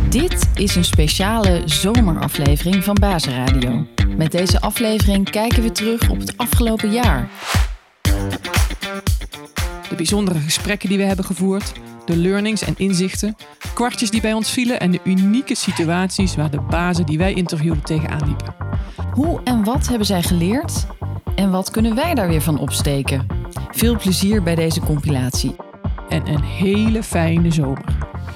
Dit is een speciale zomeraflevering van Bazenradio. Met deze aflevering kijken we terug op het afgelopen jaar. De bijzondere gesprekken die we hebben gevoerd, de learnings en inzichten, kwartjes die bij ons vielen en de unieke situaties waar de bazen die wij interviewden tegenaan liepen. Hoe en wat hebben zij geleerd? En wat kunnen wij daar weer van opsteken? Veel plezier bij deze compilatie. En een hele fijne zomer.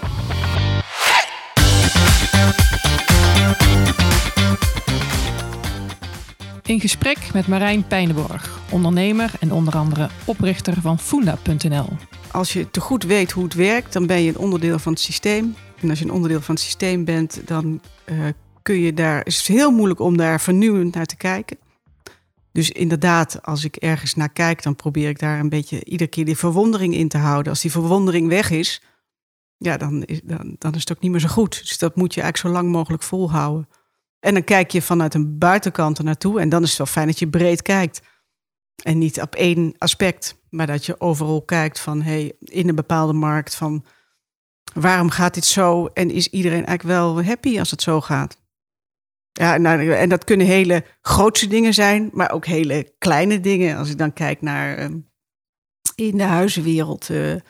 In gesprek met Marijn Pijnenborg, ondernemer en onder andere oprichter van Funda.nl. Als je te goed weet hoe het werkt, dan ben je een onderdeel van het systeem. En als je een onderdeel van het systeem bent, dan is het heel moeilijk om daar vernieuwend naar te kijken. Dus inderdaad, als ik ergens naar kijk, dan probeer ik daar een beetje iedere keer die verwondering in te houden. Als die verwondering weg is, ja, dan is het ook niet meer zo goed. Dus dat moet je eigenlijk zo lang mogelijk volhouden. En dan kijk je vanuit een buitenkant er naartoe. En dan is het wel fijn dat je breed kijkt. En niet op één aspect, maar dat je overal kijkt van in een bepaalde markt van waarom gaat dit zo? En is iedereen eigenlijk wel happy als het zo gaat? Ja, en dat kunnen hele grootse dingen zijn, maar ook hele kleine dingen. Als ik dan kijk naar in de huizenwereld,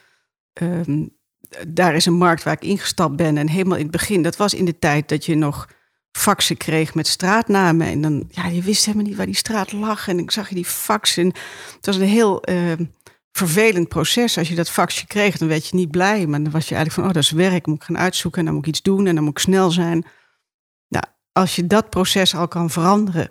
daar is een markt waar ik ingestapt ben. En helemaal in het begin, dat was in de tijd dat je nog faxen kreeg met straatnamen. En dan, je wist helemaal niet waar die straat lag. En ik zag je die fax. En het was een heel vervelend proces. Als je dat faxje kreeg, dan werd je niet blij. Maar dan was je eigenlijk van, dat is werk. Moet ik gaan uitzoeken en dan moet ik iets doen. En dan moet ik snel zijn. Nou, als je dat proces al kan veranderen.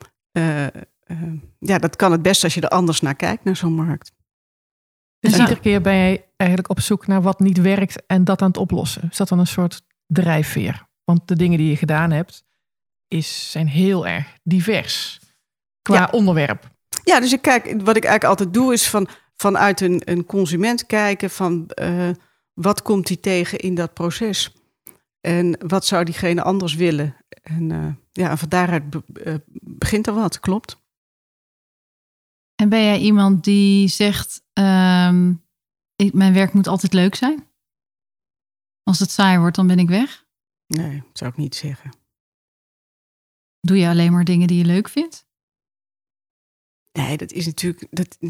Dat kan het best als je er anders naar kijkt, naar zo'n markt. Dus iedere keer ben je eigenlijk op zoek naar wat niet werkt en dat aan het oplossen. Is dat dan een soort drijfveer? Want de dingen die je gedaan hebt, zijn heel erg divers qua onderwerp. Ja, dus wat ik eigenlijk altijd doe, is vanuit een consument kijken van wat komt hij tegen in dat proces? En wat zou diegene anders willen? En van daaruit begint er wat, klopt. En ben jij iemand die zegt, mijn werk moet altijd leuk zijn? Als het saai wordt, dan ben ik weg? Nee, dat zou ik niet zeggen. Doe je alleen maar dingen die je leuk vindt? Nee, dat is natuurlijk...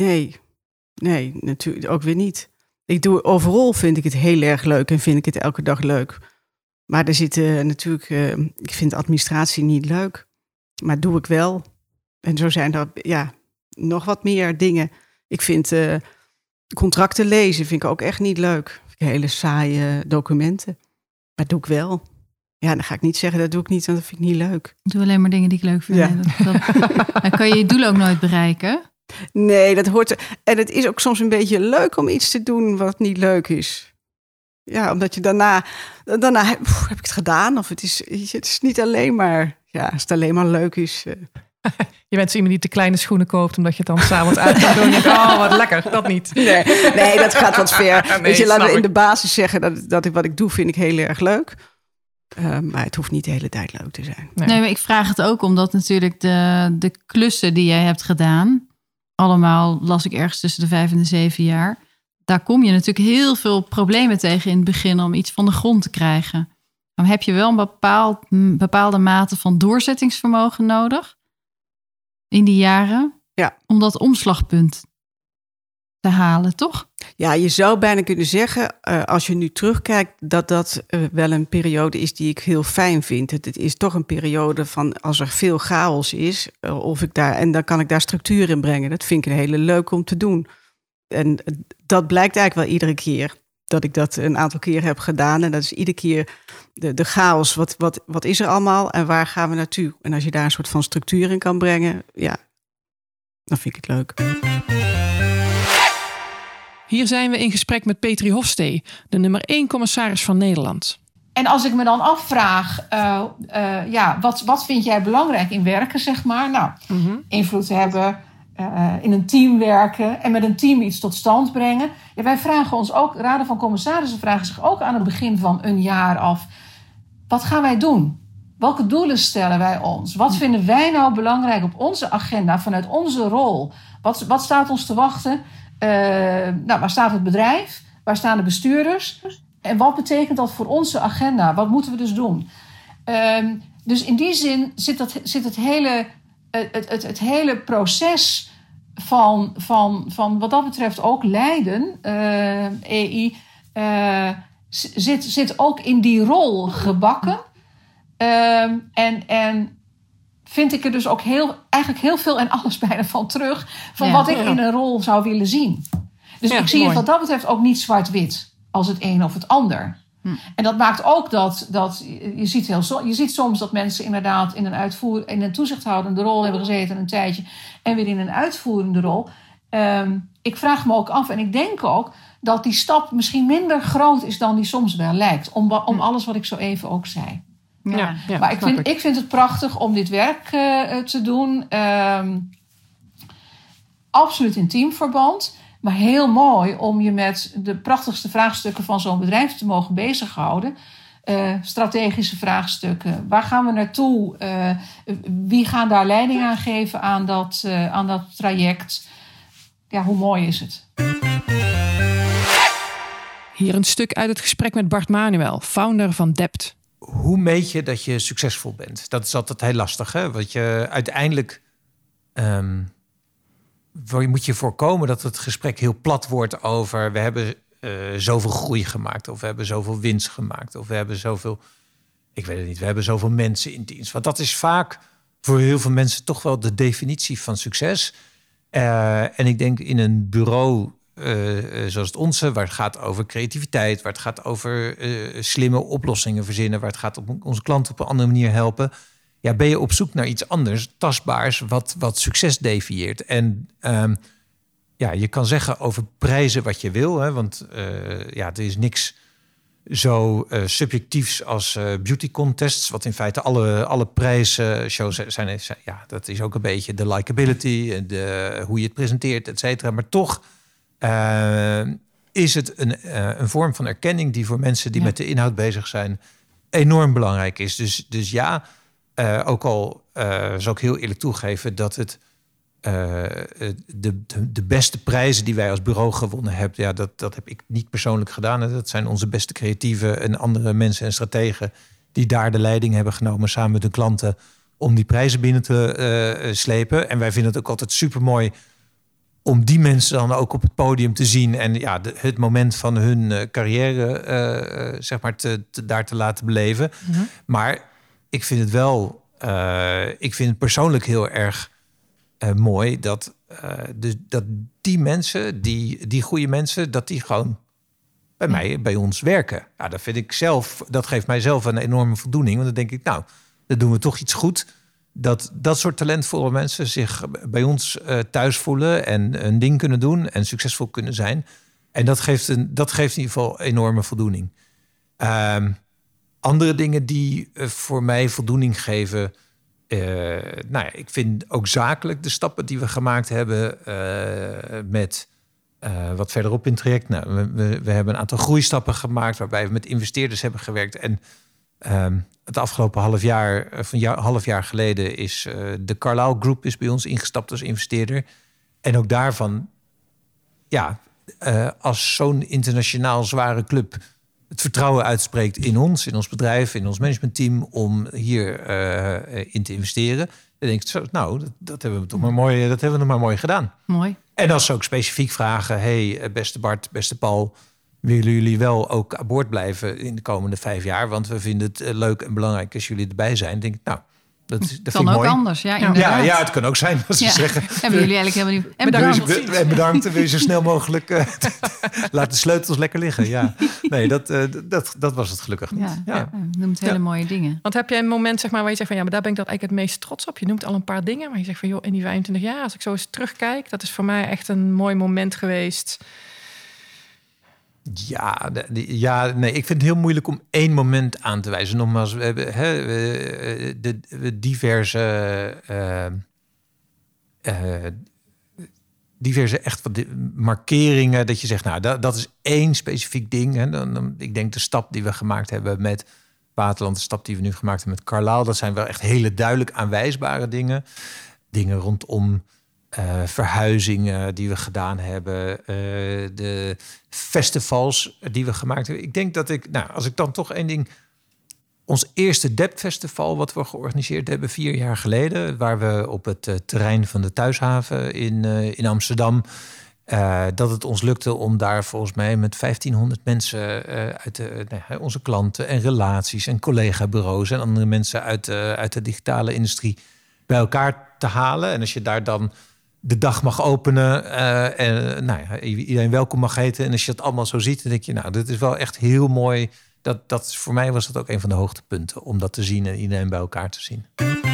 Nee, natuurlijk ook weer niet. Overal vind ik het heel erg leuk en vind ik het elke dag leuk. Maar er zitten natuurlijk... ik vind administratie niet leuk. Maar doe ik wel. En zo zijn er nog wat meer dingen. Ik vind contracten lezen vind ik ook echt niet leuk. Hele saaie documenten. Maar doe ik wel. Ja, dan ga ik niet zeggen, dat doe ik niet, want dat vind ik niet leuk. Ik doe alleen maar dingen die ik leuk vind. Ja. Dan kan je je doel ook nooit bereiken. Nee, dat hoort er. En het is ook soms een beetje leuk om iets te doen wat niet leuk is. Ja, omdat je daarna heb ik het gedaan. Of het is niet alleen maar, als het alleen maar leuk is. Je bent zo iemand die te kleine schoenen koopt, omdat je het dan 's avonds uit gaat doen. En je denkt, wat lekker, dat niet. Nee, dat gaat wat ver. Nee, Weet je, laten we in ik. de basis zeggen dat wat ik doe, vind ik heel erg leuk. Maar het hoeft niet de hele tijd leuk te zijn. Nee, maar ik vraag het ook omdat natuurlijk de klussen die jij hebt gedaan, allemaal las ik ergens tussen de 5 en de 7 jaar. Daar kom je natuurlijk heel veel problemen tegen in het begin om iets van de grond te krijgen. Dan heb je wel een bepaalde mate van doorzettingsvermogen nodig in die jaren. Ja. Om dat omslagpunt te halen, toch? Ja, je zou bijna kunnen zeggen, als je nu terugkijkt, dat wel een periode is die ik heel fijn vind. Het is toch een periode van als er veel chaos is, en dan kan ik daar structuur in brengen. Dat vind ik een hele leuk om te doen. En dat blijkt eigenlijk wel iedere keer. Dat ik dat een aantal keer heb gedaan. En dat is iedere keer de chaos. Wat is er allemaal en waar gaan we naartoe? En als je daar een soort van structuur in kan brengen, dan vind ik het leuk. Hier zijn we in gesprek met Petri Hofstee, de nummer 1 commissaris van Nederland. En als ik me dan afvraag, wat vind jij belangrijk in werken, zeg maar? Nou, invloed hebben, in een team werken en met een team iets tot stand brengen. Ja, wij vragen ons ook, raden van commissarissen vragen zich ook aan het begin van een jaar af, wat gaan wij doen? Welke doelen stellen wij ons? Wat vinden wij nou belangrijk op onze agenda vanuit onze rol? Wat staat ons te wachten? Waar staat het bedrijf? Waar staan de bestuurders? En wat betekent dat voor onze agenda? Wat moeten we dus doen? Dus in die zin zit het hele proces van wat dat betreft ook Leiden, EI, zit ook in die rol gebakken. En vind ik er dus ook eigenlijk heel veel en alles bijna van terug. Van wat ik in een rol zou willen zien. Dus ik zie het wat dat betreft ook niet zwart-wit. Als het een of het ander. En dat maakt ook dat je ziet soms dat mensen inderdaad in een toezichthoudende rol hebben gezeten een tijdje. En weer in een uitvoerende rol. Ik vraag me ook af en ik denk ook dat die stap misschien minder groot is dan die soms wel lijkt. Om alles wat ik zo even ook zei. Ja, maar ik vind het prachtig om dit werk te doen. Absoluut in teamverband. Maar heel mooi om je met de prachtigste vraagstukken van zo'n bedrijf te mogen bezighouden. Strategische vraagstukken. Waar gaan we naartoe? Wie gaan daar leiding aan geven aan dat traject? Ja, hoe mooi is het? Hier een stuk uit het gesprek met Bart Manuel, founder van Dept. Hoe meet je dat je succesvol bent? Dat is altijd heel lastig, hè? Want je uiteindelijk moet je voorkomen dat het gesprek heel plat wordt over we hebben zoveel groei gemaakt, of we hebben zoveel winst gemaakt, of we hebben zoveel, ik weet het niet, we hebben zoveel mensen in dienst. Want dat is vaak voor heel veel mensen toch wel de definitie van succes. En ik denk in een bureau zoals het onze, waar het gaat over creativiteit, waar het gaat over slimme oplossingen verzinnen, waar het gaat om onze klanten op een andere manier helpen, ja, ben je op zoek naar iets anders, tastbaars, wat succes defieert. En je kan zeggen over prijzen wat je wil, hè, want er is niks zo subjectiefs als beauty contests, wat in feite alle prijsshows zijn. Ja, dat is ook een beetje de likability, hoe je het presenteert, et cetera. Maar toch is het een vorm van erkenning die voor mensen die met de inhoud bezig zijn enorm belangrijk is. Dus ja, ook al zal ik heel eerlijk toegeven dat het de beste prijzen die wij als bureau gewonnen hebben, ja, dat heb ik niet persoonlijk gedaan. Dat zijn onze beste creatieven en andere mensen en strategen die daar de leiding hebben genomen samen met hun klanten om die prijzen binnen te slepen. En wij vinden het ook altijd supermooi om die mensen dan ook op het podium te zien en ja, het moment van hun carrière zeg maar daar te laten beleven. Mm-hmm. Maar ik vind het wel, ik vind het persoonlijk heel erg mooi dat die mensen, die goede mensen, dat die gewoon bij ons werken. Ja, dat vind ik zelf, dat geeft mij zelf een enorme voldoening. Want dan denk ik, nou, dan doen we toch iets goed. Dat soort talentvolle mensen zich bij ons thuis voelen en een ding kunnen doen en succesvol kunnen zijn. En dat geeft in ieder geval enorme voldoening. Andere dingen die voor mij voldoening geven. Ik vind ook zakelijk de stappen die we gemaakt hebben met wat verderop in het traject. Nou, we hebben een aantal groeistappen gemaakt waarbij we met investeerders hebben gewerkt. En het afgelopen half jaar geleden is de Carlyle Group is bij ons ingestapt als investeerder. En ook daarvan, ja, als zo'n internationaal zware club het vertrouwen uitspreekt in ons bedrijf, in ons managementteam om hier in te investeren. Dan denk ik, nou, dat hebben we toch maar mooi, dat hebben we nog maar mooi gedaan. Mooi. En als ze ook specifiek vragen, hey, beste Bart, beste Paul, willen jullie wel ook aan boord blijven in de komende 5 jaar? Want we vinden het leuk en belangrijk als jullie erbij zijn. Denk ik, nou, dat vind ik mooi. Anders, ja, inderdaad. Ja, het kan ook zijn als ze zeggen. Hebben jullie eigenlijk helemaal niet. En bedankt. Wil je zo snel mogelijk laat de sleutels lekker liggen. Ja, nee, dat was het gelukkig niet. Ja. Noemt hele mooie dingen. Want heb jij een moment, zeg maar, waar je zegt van ja, maar daar ben ik dat eigenlijk het meest trots op. Je noemt al een paar dingen, maar je zegt van joh, in die 25 jaar, als ik zo eens terugkijk, dat is voor mij echt een mooi moment geweest. Nee, ik vind het heel moeilijk om één moment aan te wijzen. Nogmaals, we hebben de diverse echt wat markeringen dat je zegt, nou, dat is één specifiek ding. Hè. Ik denk de stap die we gemaakt hebben met Waterland, de stap die we nu gemaakt hebben met Carlyle, dat zijn wel echt hele duidelijk aanwijsbare dingen. Dingen rondom verhuizingen die we gedaan hebben, de festivals die we gemaakt hebben. Ik denk dat als ik dan toch één ding... Ons eerste DEP-festival wat we georganiseerd hebben 4 jaar geleden, waar we op het terrein van de Thuishaven in Amsterdam, dat het ons lukte om daar volgens mij met 1500 mensen uit onze klanten en relaties en collega-bureaus en andere mensen uit de digitale industrie bij elkaar te halen. En als je daar dan de dag mag openen en iedereen welkom mag heten, en als je het allemaal zo ziet, dan denk je, dit is wel echt heel mooi. Voor mij was dat ook een van de hoogtepunten, om dat te zien en iedereen bij elkaar te zien.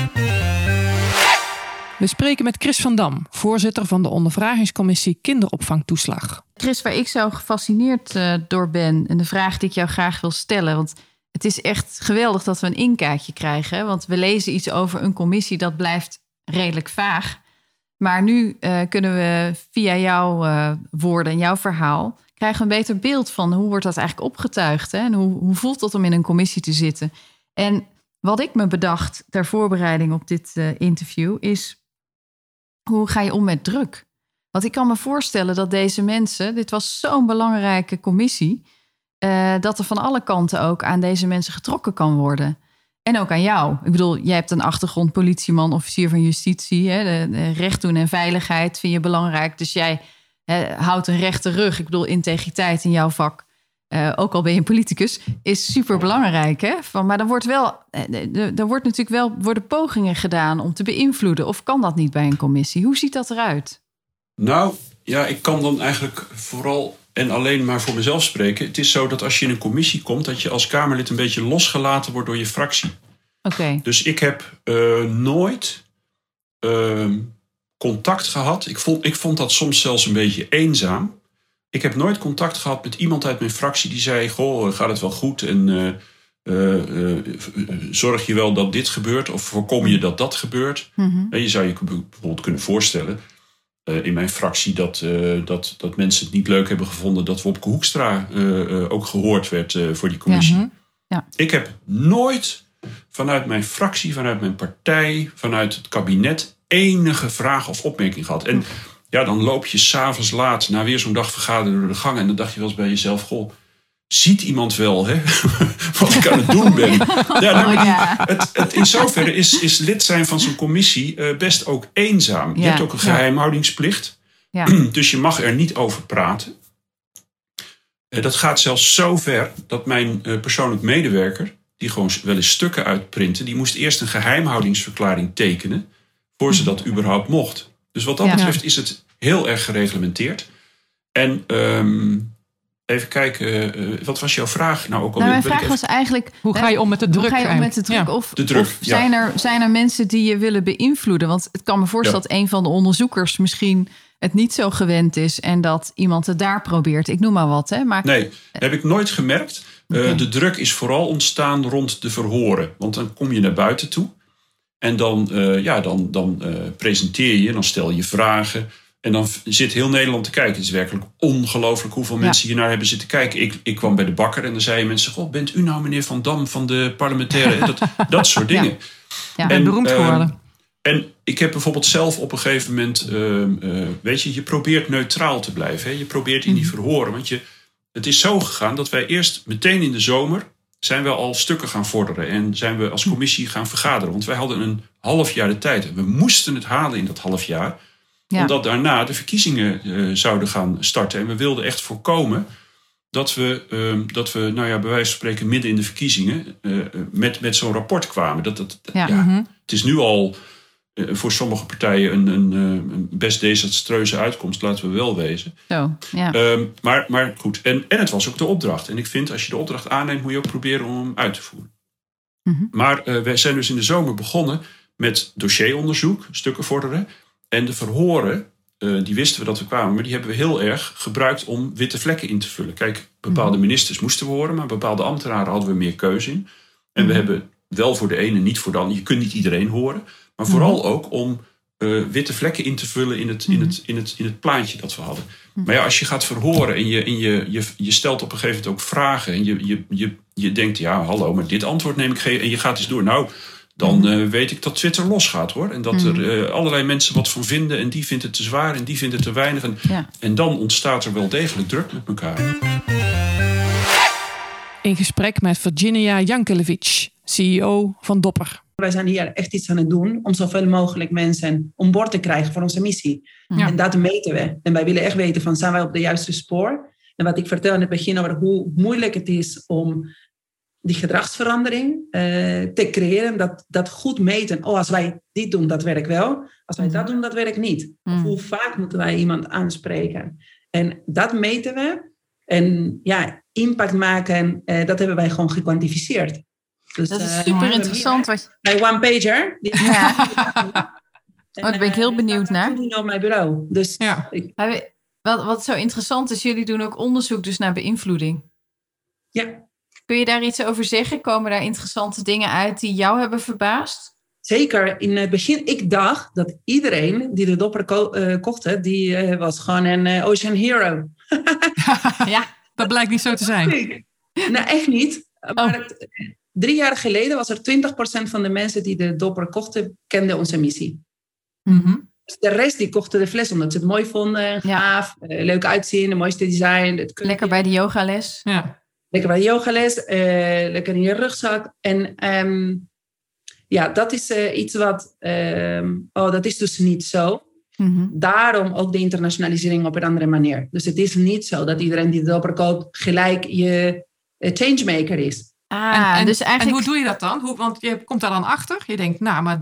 We spreken met Chris van Dam, voorzitter van de ondervragingscommissie Kinderopvangtoeslag. Chris, waar ik zo gefascineerd door ben en de vraag die ik jou graag wil stellen, want het is echt geweldig dat we een inkijkje krijgen, want we lezen iets over een commissie dat blijft redelijk vaag. Maar nu kunnen we via jouw woorden en jouw verhaal krijgen we een beter beeld van hoe wordt dat eigenlijk opgetuigd, hè? En hoe voelt het om in een commissie te zitten? En wat ik me bedacht ter voorbereiding op dit interview is, hoe ga je om met druk? Want ik kan me voorstellen dat deze mensen, dit was zo'n belangrijke commissie, dat er van alle kanten ook aan deze mensen getrokken kan worden. En ook aan jou. Ik bedoel, jij hebt een achtergrond, politieman, officier van justitie. Hè? De recht doen en veiligheid vind je belangrijk. Dus jij houdt een rechte rug. Ik bedoel, integriteit in jouw vak, ook al ben je een politicus, is super belangrijk. Hè? Maar er wordt natuurlijk wel worden pogingen gedaan om te beïnvloeden. Of kan dat niet bij een commissie? Hoe ziet dat eruit? Nou, ja, ik kan dan eigenlijk vooral en alleen maar voor mezelf spreken. Het is zo dat als je in een commissie komt, dat je als Kamerlid een beetje losgelaten wordt door je fractie. Okay. Dus ik heb nooit contact gehad. Ik vond dat soms zelfs een beetje eenzaam. Ik heb nooit contact gehad met iemand uit mijn fractie die zei, goh, gaat het wel goed? En zorg je wel dat dit gebeurt? Of voorkom je dat dat gebeurt? Mm-hmm. En je zou je bijvoorbeeld kunnen voorstellen in mijn fractie dat mensen het niet leuk hebben gevonden dat Wopke Hoekstra ook gehoord werd voor die commissie. Mm-hmm. Ja. Ik heb nooit vanuit mijn fractie, vanuit mijn partij, vanuit het kabinet enige vraag of opmerking gehad. En ja, dan loop je 's avonds laat na weer zo'n dag vergaderen door de gang en dan dacht je wel eens bij jezelf, goh, ziet iemand wel wat ik aan het doen ben? In zoverre is lid zijn van zo'n commissie best ook eenzaam. Je hebt ook een geheimhoudingsplicht. Ja. Dus je mag er niet over praten. Dat gaat zelfs zo ver dat mijn persoonlijk medewerker, die gewoon wel eens stukken uitprinten, die moest eerst een geheimhoudingsverklaring tekenen voor ze dat überhaupt mocht. Dus wat dat betreft is het heel erg gereglementeerd. En even kijken, wat was jouw vraag nou ook alweer? Mijn vraag was eigenlijk, hoe ga je om met de druk? Hoe ga je om met de druk? Ja. Of zijn er mensen die je willen beïnvloeden? Want het kan me voorstellen dat een van de onderzoekers misschien het niet zo gewend is en dat iemand het daar probeert. Ik noem maar wat. Hè? Maar, nee, dat heb ik nooit gemerkt. Okay. De druk is vooral ontstaan rond de verhoren. Want dan kom je naar buiten toe. En dan presenteer je, dan stel je vragen. En dan zit heel Nederland te kijken. Het is werkelijk ongelooflijk hoeveel mensen hier naar hebben zitten kijken. Ik kwam bij de bakker en dan zeiden mensen, goh, bent u nou meneer Van Dam van de parlementaire? Dat soort dingen. Ja, en beroemd geworden. En ik heb bijvoorbeeld zelf op een gegeven moment, je probeert neutraal te blijven. Hè? Je probeert in die verhoren. Want het is zo gegaan dat wij eerst meteen in de zomer zijn we al stukken gaan vorderen. En zijn we als commissie gaan vergaderen. Want wij hadden een half jaar de tijd. We moesten het halen in dat half jaar. Ja. Omdat daarna de verkiezingen zouden gaan starten. En we wilden echt voorkomen dat we bij wijze van spreken midden in de verkiezingen met zo'n rapport kwamen. Het is nu al voor sommige partijen een best desastreuze uitkomst, laten we wel wezen. Zo, ja. Maar goed, en het was ook de opdracht. En ik vind, als je de opdracht aanneemt, moet je ook proberen om hem uit te voeren. Mm-hmm. Maar wij zijn dus in de zomer begonnen met dossieronderzoek, stukken vorderen. En de verhoren, die wisten we dat we kwamen, maar die hebben we heel erg gebruikt om witte vlekken in te vullen. Kijk, bepaalde ministers moesten we horen, maar bepaalde ambtenaren hadden we meer keuze in. En we hebben wel voor de ene, niet voor de ander. Je kunt niet iedereen horen. Maar vooral ook om witte vlekken in te vullen in het plaatje dat we hadden. Maar ja, als je gaat verhoren en je stelt op een gegeven moment ook vragen. En je denkt, ja, hallo, maar dit antwoord neem ik geen. En je gaat eens door. Nou, dan weet ik dat Twitter losgaat, hoor. En dat er allerlei mensen wat van vinden. En die vindt het te zwaar en die vindt het te weinig. En dan ontstaat er wel degelijk druk met elkaar. In gesprek met Virginia Jankelevich, CEO van Dopper. Wij zijn hier echt iets aan het doen om zoveel mogelijk mensen om boord te krijgen voor onze missie. Ja. En dat meten we. En wij willen echt weten van, zijn wij op de juiste spoor? En wat ik vertel in het begin over hoe moeilijk het is om die gedragsverandering te creëren, dat goed meten. Als wij dit doen, dat werkt wel. Als wij dat doen, dat werkt niet. Of hoe vaak moeten wij iemand aanspreken? En dat meten we. En impact maken, dat hebben wij gewoon gekwantificeerd. Dus, dat is super interessant. Bij one-pager. Daar ben ik heel benieuwd naar. Dat doen we op mijn bureau. Dus wat zo interessant is, jullie doen ook onderzoek dus naar beïnvloeding. Ja. Kun je daar iets over zeggen? Komen daar interessante dingen uit die jou hebben verbaasd? Zeker. In het begin, ik dacht dat iedereen die de Dopper kocht, die was gewoon een Ocean Hero. Ja, dat blijkt niet zo te zijn. Nee, echt niet. Maar 3 jaar geleden was er 20% van de mensen die de Dopper kochten, kenden onze missie. Mm-hmm. Dus de rest die kochten de fles omdat ze het mooi vonden, gaaf, leuk uitzien, de mooiste design. Lekker bij de yogales. Ja. Lekker bij de yogales, lekker in je rugzak. En dat is iets wat... dat is dus niet zo. Mm-hmm. Daarom ook de internationalisering op een andere manier. Dus het is niet zo dat iedereen die de Dopper koopt gelijk je changemaker is. Dus eigenlijk... En hoe doe je dat dan? Want je komt daar dan achter. Je denkt, maar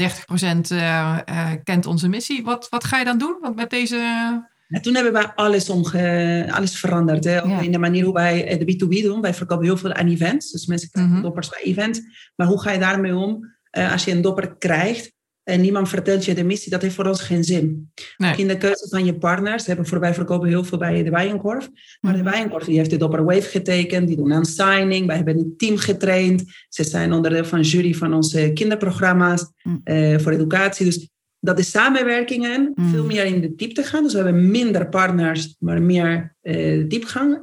30% kent onze missie. Wat ga je dan doen? Want met deze... Ja, toen hebben wij alles veranderd. Hè? In de manier hoe wij de B2B doen. Wij verkopen heel veel aan events. Dus mensen krijgen doppers bij events. Maar hoe ga je daarmee om als je een dopper krijgt en niemand vertelt je de missie? Dat heeft voor ons geen zin. Nee. Ook in de keuze van je partners. Wij verkopen heel veel bij de Bijenkorf. Maar de Bijenkorf die heeft de Dopper Wave getekend. Die doen aan signing. Wij hebben een team getraind. Ze zijn onderdeel van jury van onze kinderprogramma's. Voor educatie. Dus dat de samenwerkingen veel meer in de diepte gaan. Dus we hebben minder partners, maar meer diepgang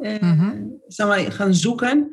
gaan zoeken.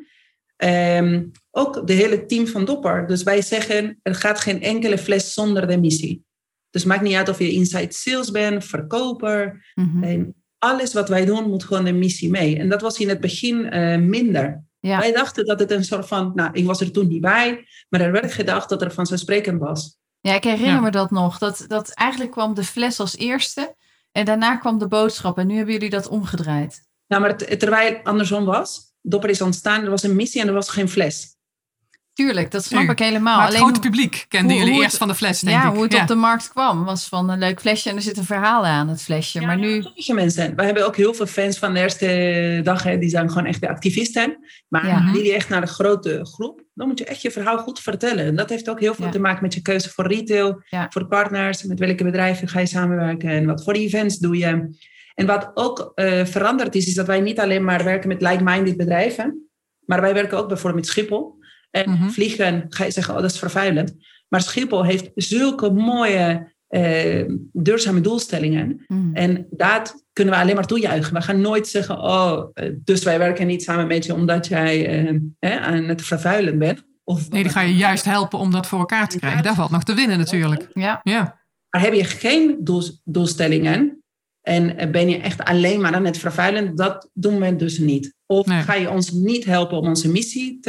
Ook de hele team van Dopper. Dus wij zeggen, er gaat geen enkele fles zonder de missie. Dus het maakt niet uit of je inside sales bent, verkoper. En alles wat wij doen moet gewoon de missie mee. En dat was in het begin minder. Ja. Wij dachten dat het een soort van... ik was er toen niet bij, maar er werd gedacht dat er vanzelfsprekend was. Ja, ik herinner me dat nog. Dat eigenlijk kwam de fles als eerste. En daarna kwam de boodschap. En nu hebben jullie dat omgedraaid. Ja, maar terwijl het andersom was. Dopper is ontstaan, er was een missie en er was geen fles. Tuurlijk, dat snap ik helemaal. Maar het grote publiek kenden jullie eerst van de fles, denk ik. Ja, hoe het op de markt kwam. Was van een leuk flesje en er zit een verhaal aan het flesje. Maar nu... Sommige mensen. We hebben ook heel veel fans van de eerste dag. Die zijn gewoon echt de activisten. Maar die echt naar de grote groep. Dan moet je echt je verhaal goed vertellen. En dat heeft ook heel veel te maken met je keuze voor retail. Ja. Voor partners. Met welke bedrijven ga je samenwerken. En wat voor events doe je. En wat ook veranderd is dat wij niet alleen maar werken met like-minded bedrijven. Maar wij werken ook bijvoorbeeld met Schiphol. En vliegen, ga je zeggen, dat is vervuilend. Maar Schiphol heeft zulke mooie duurzame doelstellingen. En dat kunnen we alleen maar toejuichen. We gaan nooit zeggen, dus wij werken niet samen met je omdat jij aan het vervuilen bent. Nee, die ga je juist helpen om dat voor elkaar te krijgen. Daar valt nog te winnen natuurlijk. Ja. Maar heb je geen doelstellingen en ben je echt alleen maar aan het vervuilen, dat doen we dus niet. Of ga je ons niet helpen om onze missie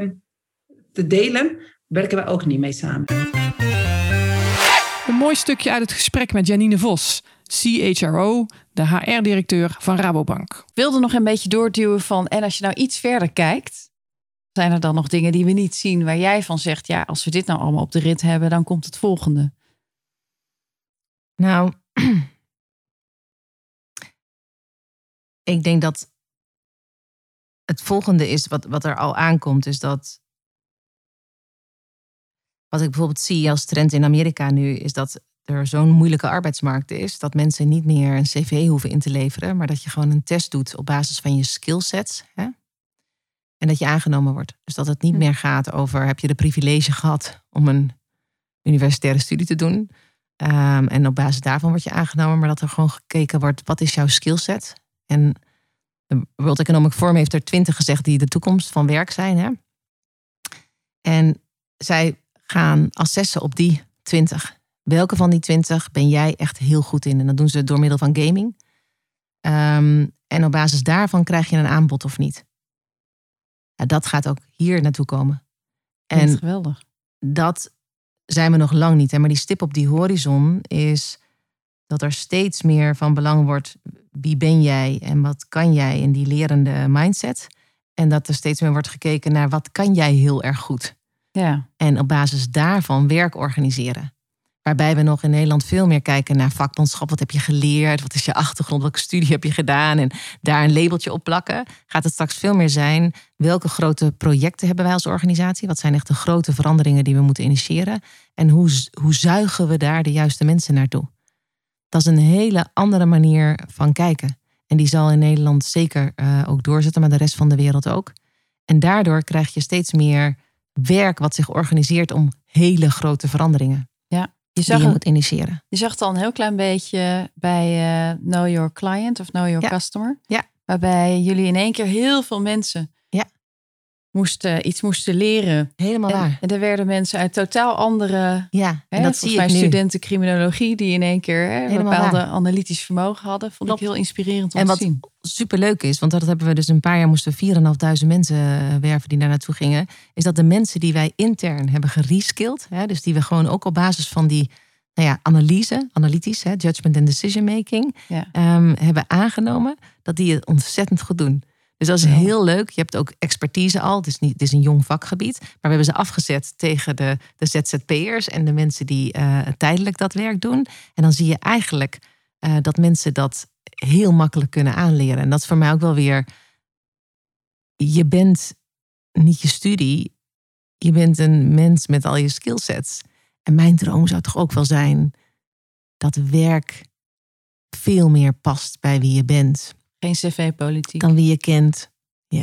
te delen, werken we ook niet mee samen. Een mooi stukje uit het gesprek met Janine Vos, CHRO, de HR-directeur van Rabobank. Ik wilde nog een beetje doorduwen van, en als je nou iets verder kijkt, zijn er dan nog dingen die we niet zien waar jij van zegt, ja, als we dit nou allemaal op de rit hebben, dan komt het volgende. Nou, ik denk dat het volgende is, wat er al aankomt, is dat wat ik bijvoorbeeld zie als trend in Amerika nu, is dat er zo'n moeilijke arbeidsmarkt is, dat mensen niet meer een cv hoeven in te leveren, maar dat je gewoon een test doet op basis van je skillsets. Hè? En dat je aangenomen wordt. Dus dat het niet meer gaat over, heb je de privilege gehad om een universitaire studie te doen? En op basis daarvan word je aangenomen, maar dat er gewoon gekeken wordt, wat is jouw skillset? En de World Economic Forum heeft er 20 gezegd die de toekomst van werk zijn. Hè? En zij gaan assessen op die 20. Welke van die 20 ben jij echt heel goed in? En dat doen ze door middel van gaming. En op basis daarvan krijg je een aanbod of niet. Ja, dat gaat ook hier naartoe komen. En dat is geweldig. Dat zijn we nog lang niet. Hè? Maar die stip op die horizon is dat er steeds meer van belang wordt. Wie ben jij en wat kan jij in die lerende mindset? En dat er steeds meer wordt gekeken naar wat kan jij heel erg goed. Ja. En op basis daarvan werk organiseren. Waarbij we nog in Nederland veel meer kijken naar vakmanschap. Wat heb je geleerd? Wat is je achtergrond? Welke studie heb je gedaan? En daar een labeltje op plakken. Gaat het straks veel meer zijn. Welke grote projecten hebben wij als organisatie? Wat zijn echt de grote veranderingen die we moeten initiëren? En hoe zuigen we daar de juiste mensen naartoe? Dat is een hele andere manier van kijken. En die zal in Nederland zeker ook doorzetten, maar de rest van de wereld ook. En daardoor krijg je steeds meer werk wat zich organiseert om hele grote veranderingen. Ja. Die je moet initiëren. Je zag het al een heel klein beetje bij Know Your Client of Know Your Customer. Ja. Waarbij jullie in één keer heel veel mensen iets moesten leren. Helemaal waar. En er werden mensen uit totaal andere... Ja, en dat zie ik nu. Studenten criminologie die in één keer een bepaalde analytisch vermogen hadden. Vond ik heel inspirerend om te zien. En wat superleuk is, want dat hebben we dus een paar jaar moesten 4.500 mensen werven die daar naartoe gingen. Is dat de mensen die wij intern hebben gereskilled. Dus die we gewoon ook op basis van die analytisch, judgment and decision making, hebben aangenomen. Dat die het ontzettend goed doen. Dus dat is heel leuk. Je hebt ook expertise al. Het is een jong vakgebied. Maar we hebben ze afgezet tegen de ZZP'ers en de mensen die tijdelijk dat werk doen. En dan zie je eigenlijk dat mensen dat heel makkelijk kunnen aanleren. En dat is voor mij ook wel weer... Je bent niet je studie. Je bent een mens met al je skillsets. En mijn droom zou toch ook wel zijn dat werk veel meer past bij wie je bent. Geen cv-politiek. Dan wie je kent.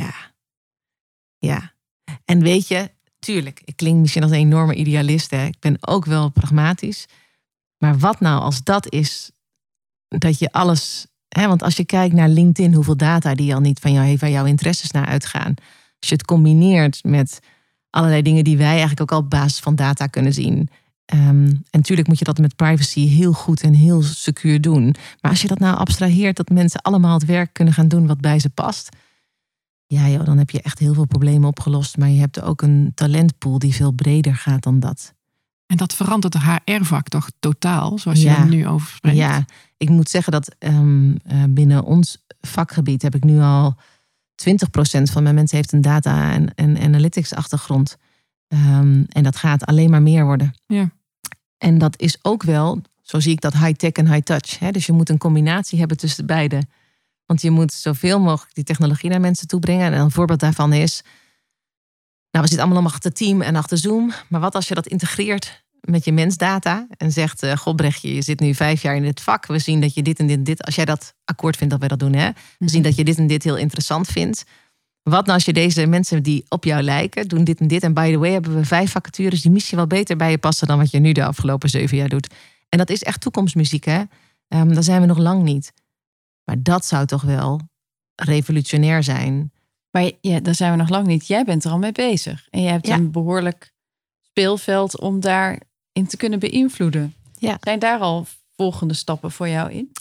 Ja. En weet je, tuurlijk, ik klink misschien als een enorme idealist. Hè. Ik ben ook wel pragmatisch. Maar wat nou als dat is dat je alles... want als je kijkt naar LinkedIn, hoeveel data die al niet van jou heeft, waar jouw interesses naar uitgaan. Als je het combineert met allerlei dingen die wij eigenlijk ook al op basis van data kunnen zien. En natuurlijk moet je dat met privacy heel goed en heel secuur doen. Maar als je dat nou abstraheert, dat mensen allemaal het werk kunnen gaan doen wat bij ze past. Ja joh, dan heb je echt heel veel problemen opgelost. Maar je hebt ook een talentpool die veel breder gaat dan dat. En dat verandert de HR-vak toch totaal, zoals je er nu over spreekt? Ja, ik moet zeggen dat binnen ons vakgebied heb ik nu al 20% van mijn mensen heeft een data- en analytics achtergrond. En dat gaat alleen maar meer worden. Ja. En dat is ook wel, zo zie ik dat, high-tech en high-touch. Dus je moet een combinatie hebben tussen beide. Want je moet zoveel mogelijk die technologie naar mensen toe brengen. En een voorbeeld daarvan is... we zitten allemaal achter Team en achter Zoom. Maar wat als je dat integreert met je mensdata en zegt... God Brechtje, je zit nu 5 jaar in dit vak. We zien dat je dit en dit en dit... Als jij dat akkoord vindt dat wij dat doen, hè? We zien dat je dit en dit heel interessant vindt. Wat nou als je deze mensen die op jou lijken, doen dit en dit. En by the way hebben we 5 vacatures die misschien wel beter bij je passen dan wat je nu de afgelopen 7 jaar doet. En dat is echt toekomstmuziek, hè? Daar zijn we nog lang niet. Maar dat zou toch wel revolutionair zijn. Maar daar zijn we nog lang niet. Jij bent er al mee bezig. En je hebt een behoorlijk speelveld om daarin te kunnen beïnvloeden. Ja. Zijn daar al volgende stappen voor jou in?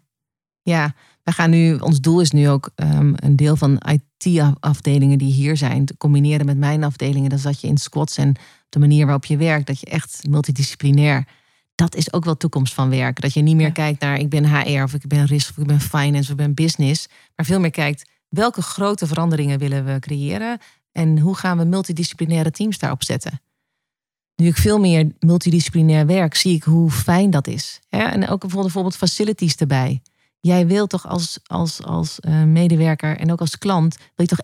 Ja. Wij gaan nu, ons doel is nu ook een deel van IT-afdelingen die hier zijn te combineren met mijn afdelingen. Dus dat je in squads en de manier waarop je werkt, dat je echt multidisciplinair. Dat is ook wel toekomst van werk. Dat je niet meer kijkt naar ik ben HR of ik ben risk of ik ben finance of ik ben business. Maar veel meer kijkt welke grote veranderingen willen we creëren en hoe gaan we multidisciplinaire teams daarop zetten. Nu ik veel meer multidisciplinair werk, zie ik hoe fijn dat is. En ook bijvoorbeeld facilities erbij. Jij wilt toch als medewerker en ook als klant, wil je toch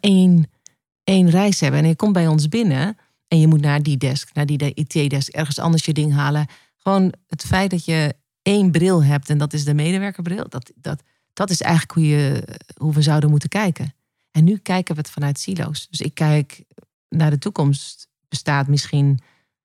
één reis hebben. En je komt bij ons binnen en je moet naar die desk, naar die IT-desk, ergens anders je ding halen. Gewoon het feit dat je 1 bril hebt en dat is de medewerkerbril. Dat is eigenlijk hoe we zouden moeten kijken. En nu kijken we het vanuit silo's. Dus ik kijk naar de toekomst. Bestaat misschien...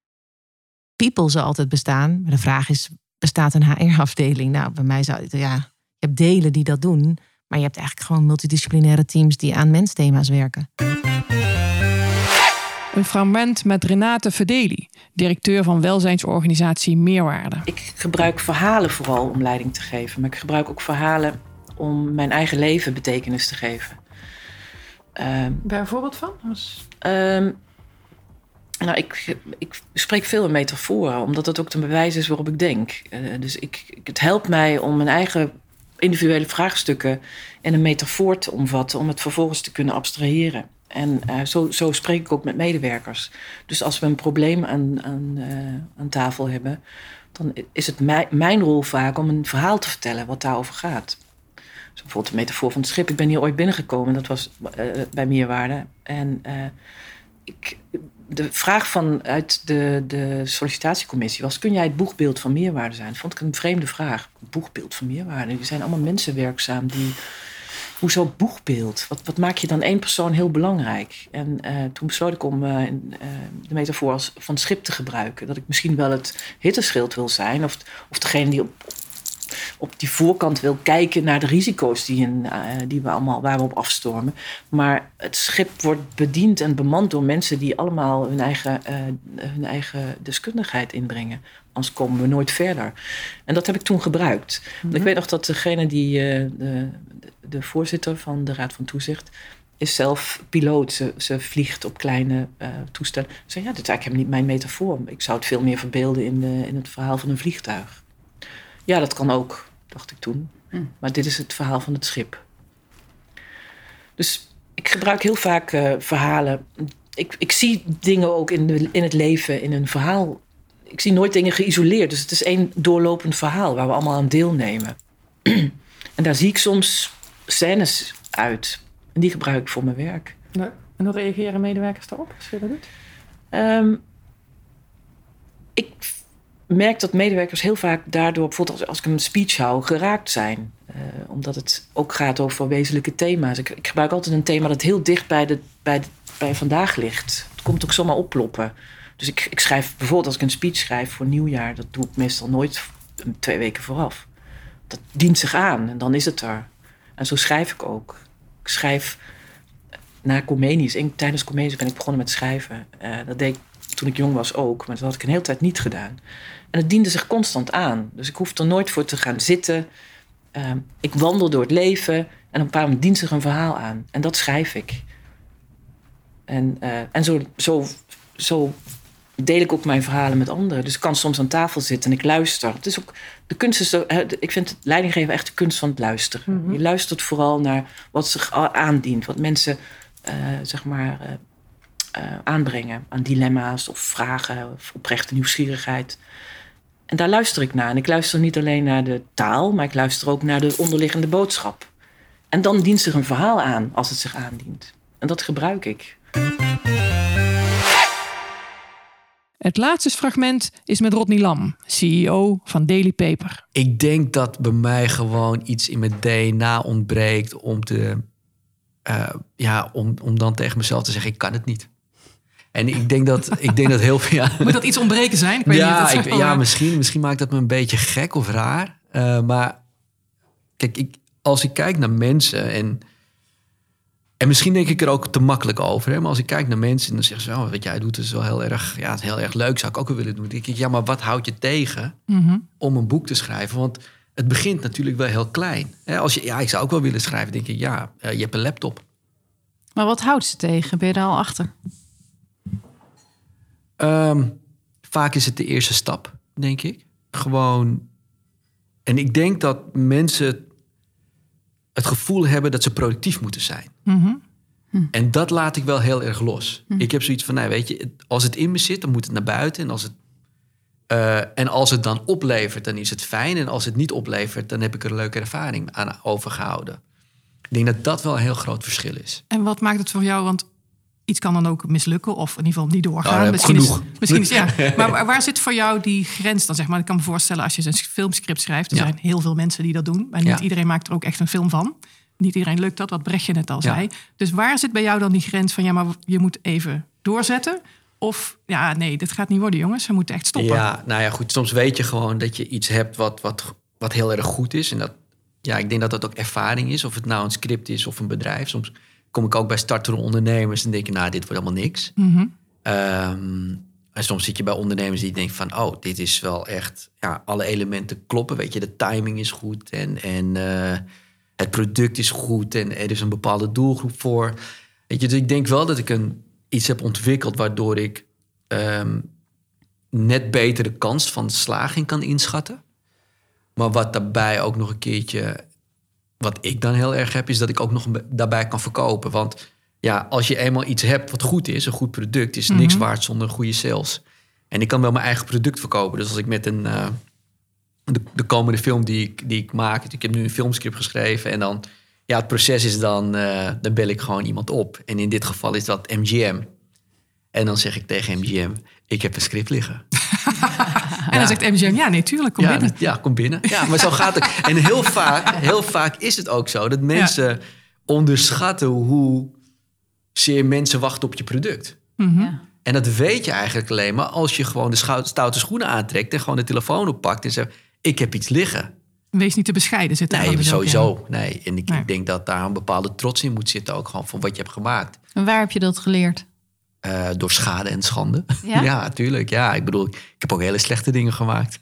People zal altijd bestaan. Maar de vraag is, bestaat een HR-afdeling? Nou, bij mij zou het, je hebt delen die dat doen. Maar je hebt eigenlijk gewoon multidisciplinaire teams die aan mensthema's werken. Een fragment met Renate Verdeli, directeur van welzijnsorganisatie Meerwaarde. Ik gebruik verhalen vooral om leiding te geven. Maar ik gebruik ook verhalen om mijn eigen leven betekenis te geven. Bij een voorbeeld van? Ik spreek veel in metaforen, omdat dat ook een bewijs is waarop ik denk. Dus het helpt mij om mijn eigen individuele vraagstukken in een metafoor te omvatten, om het vervolgens te kunnen abstraheren. En zo spreek ik ook met medewerkers. Dus als we een probleem aan tafel hebben, dan is het mijn rol vaak om een verhaal te vertellen wat daarover gaat. Dus bijvoorbeeld de metafoor van het schip. Ik ben hier ooit binnengekomen, dat was bij Meerwaarde. En de vraag vanuit de sollicitatiecommissie was: kun jij het boegbeeld van Meerwaarde zijn? Dat vond ik een vreemde vraag. Boegbeeld van Meerwaarde. Er zijn allemaal mensen werkzaam die... Hoezo boegbeeld? Wat maak je dan één persoon heel belangrijk? En toen besloot ik om de metafoor van het schip te gebruiken. Dat ik misschien wel het hitterschild wil zijn. Of degene die op die voorkant wil kijken naar de risico's waar we op afstormen. Maar het schip wordt bediend en bemand door mensen die allemaal hun eigen deskundigheid inbrengen. Anders komen we nooit verder. En dat heb ik toen gebruikt. Want ik weet nog dat degene die de voorzitter van de Raad van Toezicht is zelf piloot. Ze vliegt op kleine toestellen. Ze zei, dit is eigenlijk niet mijn metafoor. Ik zou het veel meer verbeelden in het verhaal van een vliegtuig. Ja, dat kan ook, dacht ik toen. Maar dit is het verhaal van het schip. Dus ik gebruik heel vaak verhalen. Ik zie dingen ook in het leven, in een verhaal. Ik zie nooit dingen geïsoleerd. Dus het is één doorlopend verhaal waar we allemaal aan deelnemen. En daar zie ik soms scènes uit. En die gebruik ik voor mijn werk. Ja. En hoe reageren medewerkers daarop als je dat doet? Ik merk dat medewerkers heel vaak daardoor, bijvoorbeeld als ik een speech hou, geraakt zijn. Omdat het ook gaat over wezenlijke thema's. Ik gebruik altijd een thema dat heel dicht bij vandaag ligt. Het komt ook zomaar opploppen. Dus ik schrijf bijvoorbeeld als ik een speech schrijf voor nieuwjaar, dat doe ik meestal nooit 2 weken vooraf. Dat dient zich aan en dan is het er. En zo schrijf ik ook. Ik schrijf na Comenius. Tijdens Comenius ben ik begonnen met schrijven. Dat deed ik toen ik jong was ook, maar dat had ik een hele tijd niet gedaan. En het diende zich constant aan. Dus ik hoef er nooit voor te gaan zitten. Ik wandel door het leven en op een paar moment dient zich een verhaal aan. En dat schrijf ik. En zo deel ik ook mijn verhalen met anderen. Dus ik kan soms aan tafel zitten en ik luister. Het is ook, de kunst is ik vind het leidinggeven echt de kunst van het luisteren. Mm-hmm. Je luistert vooral naar wat zich aandient. Wat mensen aanbrengen aan dilemma's of vragen of oprechte nieuwsgierigheid. En daar luister ik naar. En ik luister niet alleen naar de taal, maar ik luister ook naar de onderliggende boodschap. En dan dient zich een verhaal aan als het zich aandient. En dat gebruik ik. Het laatste fragment is met Rodney Lam, CEO van Daily Paper. Ik denk dat bij mij gewoon iets in mijn DNA ontbreekt om om dan tegen mezelf te zeggen, ik kan het niet. En ik denk dat heel veel... Ja, moet dat iets ontbreken zijn? Ik weet niet, misschien maakt dat me een beetje gek of raar. Maar kijk, als ik kijk naar mensen en misschien denk ik er ook te makkelijk over. Hè? Maar als ik kijk naar mensen, dan zeggen ze, wat jij doet is wel heel erg, het is heel erg leuk, zou ik ook wel willen doen. Dan denk ik, maar wat houdt je tegen om een boek te schrijven? Want het begint natuurlijk wel heel klein. Als ik zou ook wel willen schrijven, denk ik, je hebt een laptop. Maar wat houdt ze tegen? Ben je daar al achter? Vaak is het de eerste stap, denk ik. Gewoon. En ik denk dat mensen het gevoel hebben dat ze productief moeten zijn. Mm-hmm. En dat laat ik wel heel erg los. Ik heb zoiets van, als het in me zit, dan moet het naar buiten. En als het dan oplevert, dan is het fijn. En als het niet oplevert, dan heb ik er een leuke ervaring aan overgehouden. Ik denk dat dat wel een heel groot verschil is. En wat maakt het voor jou? Want iets kan dan ook mislukken of in ieder geval niet doorgaan. Misschien is Maar waar zit voor jou die grens dan? Zeg maar, ik kan me voorstellen als je een filmscript schrijft. Er zijn heel veel mensen die dat doen. Maar niet iedereen maakt er ook echt een film van. Niet iedereen lukt dat, wat Brechtje net al zei. Dus waar zit bij jou dan die grens van... maar je moet even doorzetten? Of dit gaat niet worden, jongens. We moeten echt stoppen. Ja, goed. Soms weet je gewoon dat je iets hebt wat heel erg goed is. En dat, ik denk dat dat ook ervaring is. Of het nou een script is of een bedrijf. Soms kom ik ook bij startende ondernemers en denk ik, dit wordt helemaal niks. Mm-hmm. En soms zit je bij ondernemers die denken van... dit is wel echt... Ja, alle elementen kloppen. Weet je, de timing is goed en het product is goed... en er is een bepaalde doelgroep voor. Weet je, dus ik denk wel dat ik iets heb ontwikkeld... waardoor ik net beter de kans van slaging kan inschatten. Maar wat daarbij ook nog een keertje... wat ik dan heel erg heb... is dat ik ook nog daarbij kan verkopen. Want... ja, als je eenmaal iets hebt wat goed is, een goed product... is niks waard zonder goede sales. En ik kan wel mijn eigen product verkopen. Dus als ik met de komende film die ik maak... ik heb nu een filmscript geschreven... en dan, ja, het proces is dan bel ik gewoon iemand op. En in dit geval is dat MGM. En dan zeg ik tegen MGM, ik heb een script liggen. En dan zegt MGM, ja, nee, tuurlijk, kom binnen. Ja, kom binnen. Ja, maar zo gaat het. En heel vaak is het ook zo... dat mensen onderschatten hoe... zeer mensen wachten op je product. Ja. En dat weet je eigenlijk alleen maar... als je gewoon de stoute schoenen aantrekt... en gewoon de telefoon oppakt en zegt... ik heb iets liggen. Wees niet te bescheiden zitten. Nee, sowieso. Nee. En ik denk dat daar een bepaalde trots in moet zitten... ook gewoon van wat je hebt gemaakt. En waar heb je dat geleerd? Door schade en schande. Ja? Ja, tuurlijk. Ja, ik bedoel, ik heb ook hele slechte dingen gemaakt.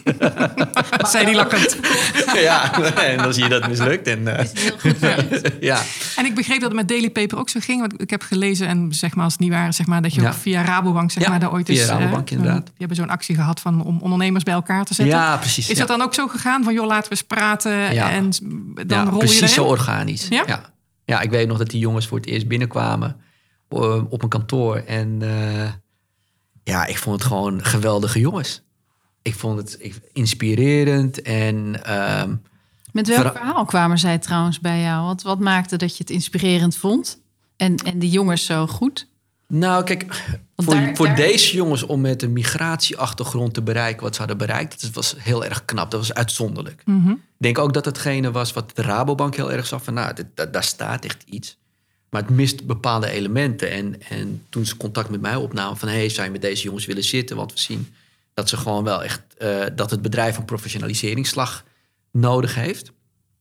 Zei die lachend. Ja, en dan zie je dat het mislukt. En, is het heel goed. Ja. En ik begreep dat het met Daily Paper ook zo ging. Want ik heb gelezen, en zeg maar als het niet waar is... zeg maar, dat je ook via Rabobank, zeg maar, daar ooit is... via Rabobank, inderdaad. Die hebben zo'n actie gehad om ondernemers bij elkaar te zetten. Ja, precies. Is dat dan ook zo gegaan van, joh, laten we eens praten... Ja. en dan rol je precies erin? zo organisch. Ja? Ja, ik weet nog dat die jongens voor het eerst binnenkwamen... op een kantoor. En ik vond het gewoon geweldige jongens. Ik vond het inspirerend. En, met welk verhaal kwamen zij trouwens bij jou? Wat maakte dat je het inspirerend vond? En die jongens zo goed? Nou, kijk, voor deze jongens om met een migratieachtergrond te bereiken... wat ze hadden bereikt, dat was heel erg knap. Dat was uitzonderlijk. Mm-hmm. Ik denk ook dat hetgene was wat de Rabobank heel erg zag... van daar staat echt iets. Maar het mist bepaalde elementen. En toen ze contact met mij opnamen van... zou je met deze jongens willen zitten? Want we zien dat ze gewoon wel echt... dat het bedrijf een professionaliseringsslag nodig heeft.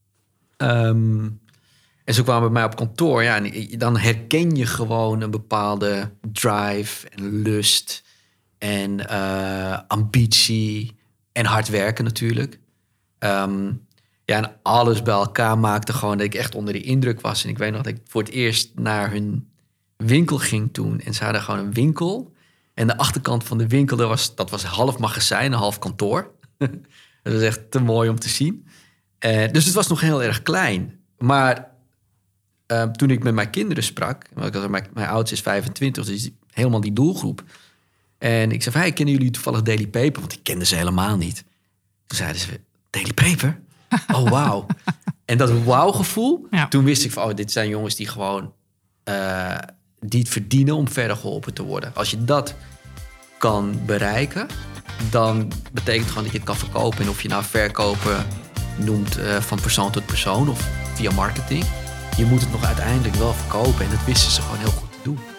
En ze kwamen bij mij op kantoor. Ja, en dan herken je gewoon een bepaalde drive en lust... en ambitie en hard werken natuurlijk. En alles bij elkaar maakte gewoon dat ik echt onder de indruk was. En ik weet nog dat ik voor het eerst naar hun winkel ging toen. En ze hadden gewoon een winkel. En de achterkant van de winkel, dat was half magazijn, half kantoor. Dat was echt te mooi om te zien. Dus het was nog heel erg klein. Maar toen ik met mijn kinderen sprak... Mijn oudste is 25, dus helemaal die doelgroep. En ik zei van, kennen jullie toevallig Daily Paper? Want ik kende ze helemaal niet. Toen zeiden ze, Daily Paper? Oh, wauw. En dat wauw-gevoel, toen wist ik van... dit zijn jongens die gewoon die het verdienen om verder geholpen te worden. Als je dat kan bereiken, dan betekent gewoon dat je het kan verkopen. En of je nou verkopen noemt van persoon tot persoon of via marketing... je moet het nog uiteindelijk wel verkopen. En dat wisten ze gewoon heel goed te doen.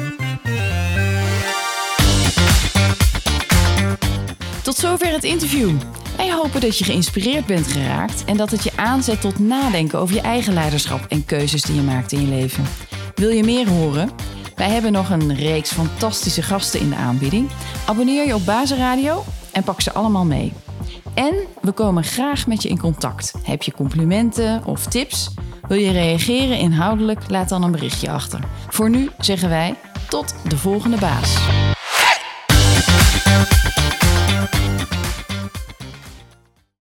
Tot zover het interview. Wij hopen dat je geïnspireerd bent geraakt... en dat het je aanzet tot nadenken over je eigen leiderschap... en keuzes die je maakt in je leven. Wil je meer horen? Wij hebben nog een reeks fantastische gasten in de aanbieding. Abonneer je op Bazenradio en pak ze allemaal mee. En we komen graag met je in contact. Heb je complimenten of tips? Wil je reageren inhoudelijk? Laat dan een berichtje achter. Voor nu zeggen wij tot de volgende baas.